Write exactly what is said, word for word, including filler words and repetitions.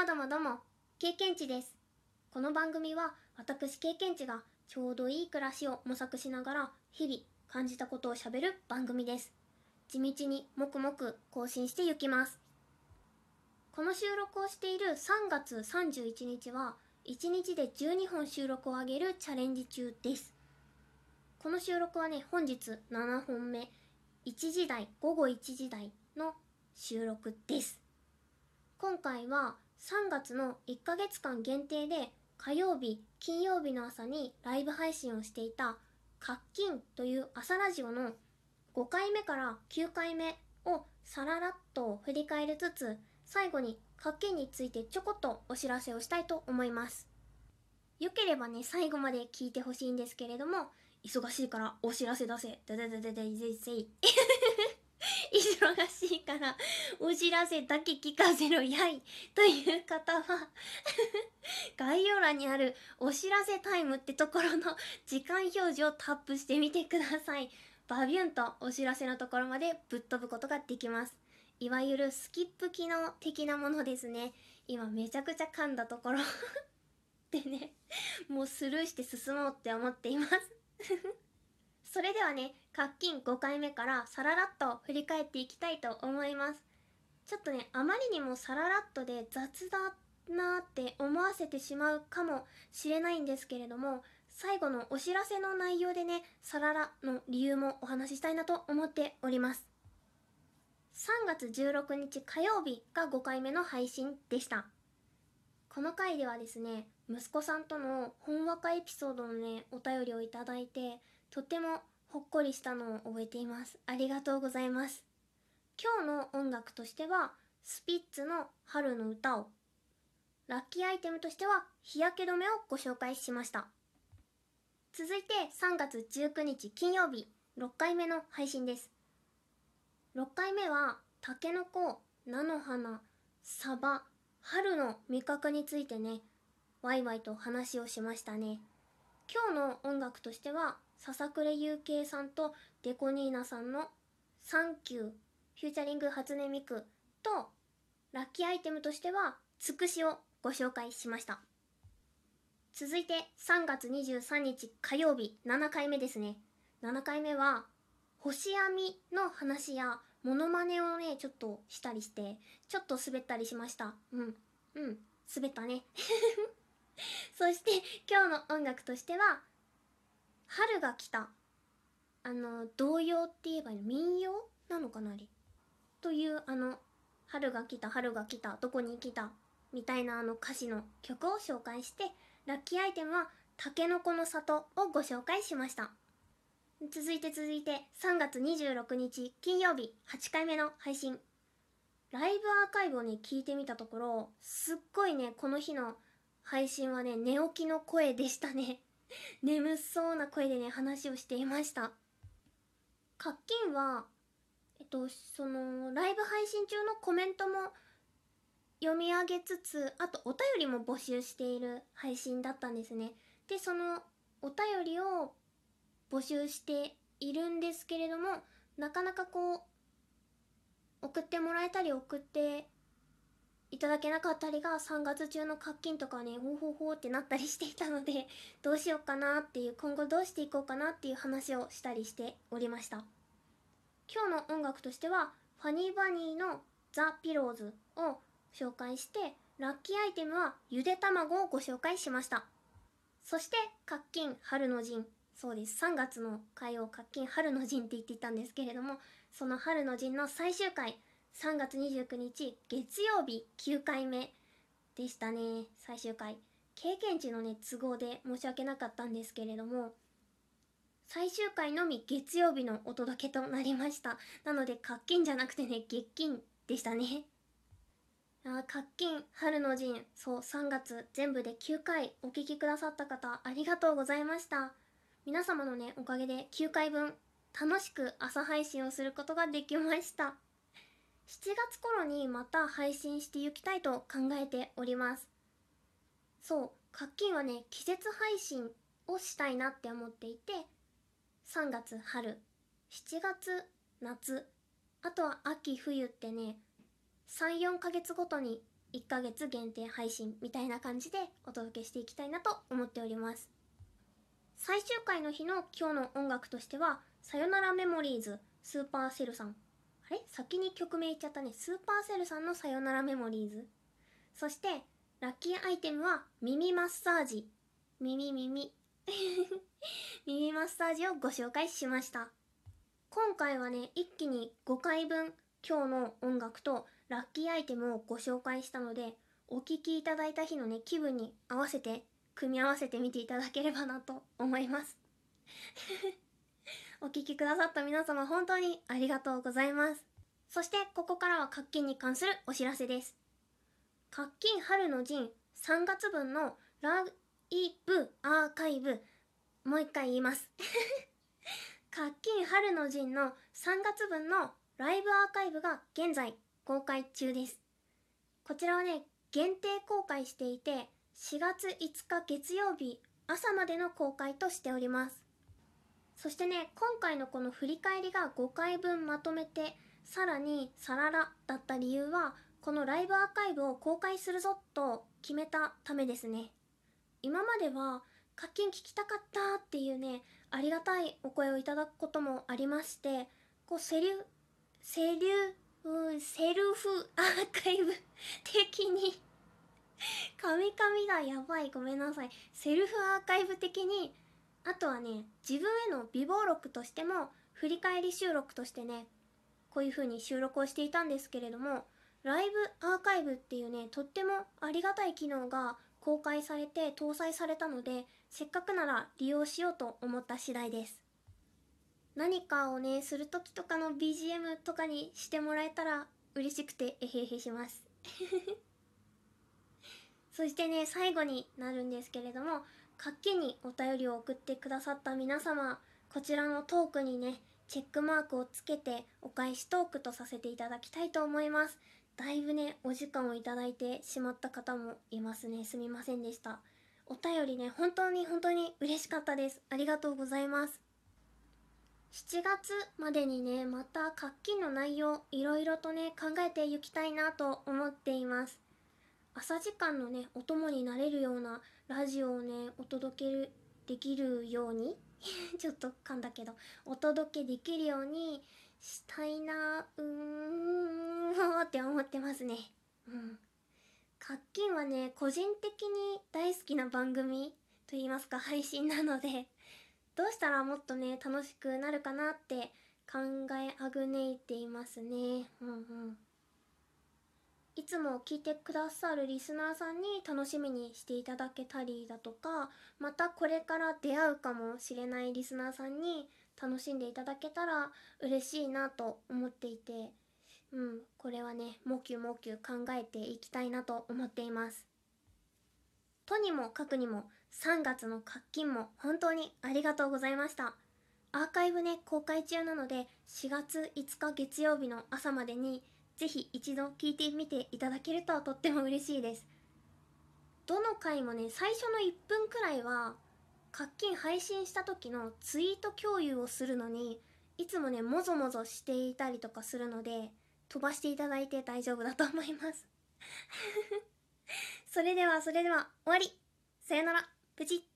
もどもども、経験値です。この番組は私経験値がちょうどいい暮らしを模索しながら日々感じたことをしゃべる番組です。地道にもくもく更新していきます。この収録をしているさんがつさんじゅういちにちはいちにちでじゅうにほん収録を上げるチャレンジ中です。この収録はね、本日ななほんめ、いちじ台、午後いちじ台の収録です。今回はさんがつのいっかげつかん限定で火曜日、金曜日の朝にライブ配信をしていたカッキンという朝ラジオのごかいめからきゅうかいめをさららっと振り返りつつ、最後にカッキンについてちょこっとお知らせをしたいと思います。よければね、最後まで聞いてほしいんですけれども、忙しいからお知らせ出せ、だだだだだだい忙しいからお知らせだけ聞かせろやいという方は概要欄にあるお知らせタイムってところの時間表示をタップしてみてください。バビュンとお知らせのところまでぶっ飛ぶことができます。いわゆるスキップ機能的なものですね。今めちゃくちゃ噛んだところでね、もうスルーして進もうって思っていますそれではね、カッキンごかいめからさららっと振り返っていきたいと思います。ちょっとね、あまりにもさららっとで雑だなーって思わせてしまうかもしれないんですけれども、最後のお知らせの内容でね、さららの理由もお話ししたいなと思っております。さんがつじゅうろくにち火曜日がごかいめの配信でした。この回ではですね、息子さんとのほんわかエピソードのね、お便りをいただいて、とてもほっこりしたのを覚えています。ありがとうございます。今日の音楽としてはスピッツの春の歌を、ラッキーアイテムとしては日焼け止めをご紹介しました。続いてさんがつじゅうくにち金曜日ろっかいめの配信です。ろっかいめはタケノコ、菜の花、サバ、春の味覚についてね、ワイワイと話をしましたね。今日の音楽としては笹暮優慶さんとデコニーナさんのサンキューフューチャリング初音ミクと、ラッキーアイテムとしてはつくしをご紹介しました。続いてさんがつにじゅうさんにち火曜日ななかいめですね。ななかいめは星編みの話やモノマネをねちょっとしたりしてちょっと滑ったりしました。うんうん滑ったねそして今日の音楽としては春が来た、あの童謡って言えばいいの、民謡なのかなあれというあの春が来た春が来たどこに来たみたいなあの歌詞の曲を紹介して、ラッキーアイテムはたけのこの里をご紹介しました。続いて続いてさんがつにじゅうろくにち金曜日はちかいめの配信、ライブアーカイブをね聞いてみたところ、すっごいねこの日の配信はね寝起きの声でしたね眠そうな声でね話をしていました。カッキンはえっとそのライブ配信中のコメントも読み上げつつ、あとお便りも募集している配信だったんですね。でそのお便りを募集しているんですけれども、なかなかこう送ってもらえたり送っていただけなかったりがさんがつ中の課金とかねほうほうほうってなったりしていたので、どうしようかなっていう、今後どうしていこうかなっていう話をしたりしておりました。今日の音楽としてはファニーバニーのザ・ピローズを紹介して、ラッキーアイテムはゆで卵をご紹介しました。そしてカッキン春の陣、そうです、さんがつの回をカッキン春の陣って言っていたんですけれども、その春の陣の最終回さんがつにじゅうくにち月曜日きゅうかいめでしたね。最終回、経験値のね都合で申し訳なかったんですけれども、最終回のみ月曜日のお届けとなりました。なのでカッキンじゃなくてね月金でしたね。あ、カッキン春の陣、そうさんがつ全部できゅうかいお聞きくださった方ありがとうございました。皆様のねおかげできゅうかいぶん楽しく朝配信をすることができました。しちがつ頃にまた配信していきたいと考えております。そう、カッキンはね季節配信をしたいなって思っていて、さんがつ春、しちがつ夏、あとは秋冬ってねさん、よんかげつごとにいっかげつ限定配信みたいな感じでお届けしていきたいなと思っております。最終回の日の今日の音楽としては、さよならメモリーズスーパーセルさん、あれ先に曲名言っちゃったね。スーパーセルさんのさよならメモリーズ、そしてラッキーアイテムは耳マッサージ、耳耳耳マッサージをご紹介しました。今回はね、一気にごかいぶん今日の音楽とラッキーアイテムをご紹介したので、お聴きいただいた日のね、気分に合わせて組み合わせてみていただければなと思いますお聴きくださった皆様、本当にありがとうございます。そしてここからは活金に関するお知らせです。活金春の陣さんがつぶんのライブアーカイブ、もう一回言います活金春の陣のさんがつぶんのライブアーカイブが現在公開中です。こちらはね、限定公開していて、しがついつか月曜日朝までの公開としております。そしてね、今回のこの振り返りがごかいぶんまとめて、さらにさららだった理由は、このライブアーカイブを公開するぞと決めたためですね。今までは活金聞きたかったっていうね、ありがたいお声をいただくこともありまして、こうセリュセリュうんセルフアーカイブ的にカミカミだ、やばい、ごめんなさい。セルフアーカイブ的に、あとはね、自分への備忘録としても振り返り収録としてね、こういう風に収録をしていたんですけれども、ライブアーカイブっていうね、とってもありがたい機能が公開されて搭載されたので、せっかくなら利用しようと思った次第です。何かをね、する時とかの ビージーエム とかにしてもらえたら嬉しくてえへへしますそしてね、最後になるんですけれども、活気にお便りを送ってくださった皆様、こちらのトークにね、チェックマークをつけてお返しトークとさせていただきたいと思います。だいぶね、お時間をいただいてしまった方もいますね。すみませんでした。お便りね、本当に本当に嬉しかったです。ありがとうございます。しちがつまでにね、また活気の内容いろいろとね、考えていきたいなと思っています。朝時間のね、お供になれるようなラジオをね、お届けできるようにちょっと噛んだけど、お届けできるようにしたいな、うーんって思ってますね。うん。活金はね、個人的に大好きな番組といいますか配信なので、どうしたらもっとね、楽しくなるかなって考えあぐねいていますね。うんうん。いつも聞いてくださるリスナーさんに楽しみにしていただけたりだとか、またこれから出会うかもしれないリスナーさんに楽しんでいただけたら嬉しいなと思っていて、うん、これはね、もきゅもきゅ考えていきたいなと思っています。とにもかくにもさんがつの活金も本当にありがとうございました。アーカイブね、公開中なのでしがついつか月曜日の朝までにぜひ一度聞いてみていただけるととっても嬉しいです。どの回もね、最初のいっぷんくらいは活金配信した時のツイート共有をするのにいつもね、もぞもぞしていたりとかするので、飛ばしていただいて大丈夫だと思いますそれではそれでは終わり。さよなら、プチッ。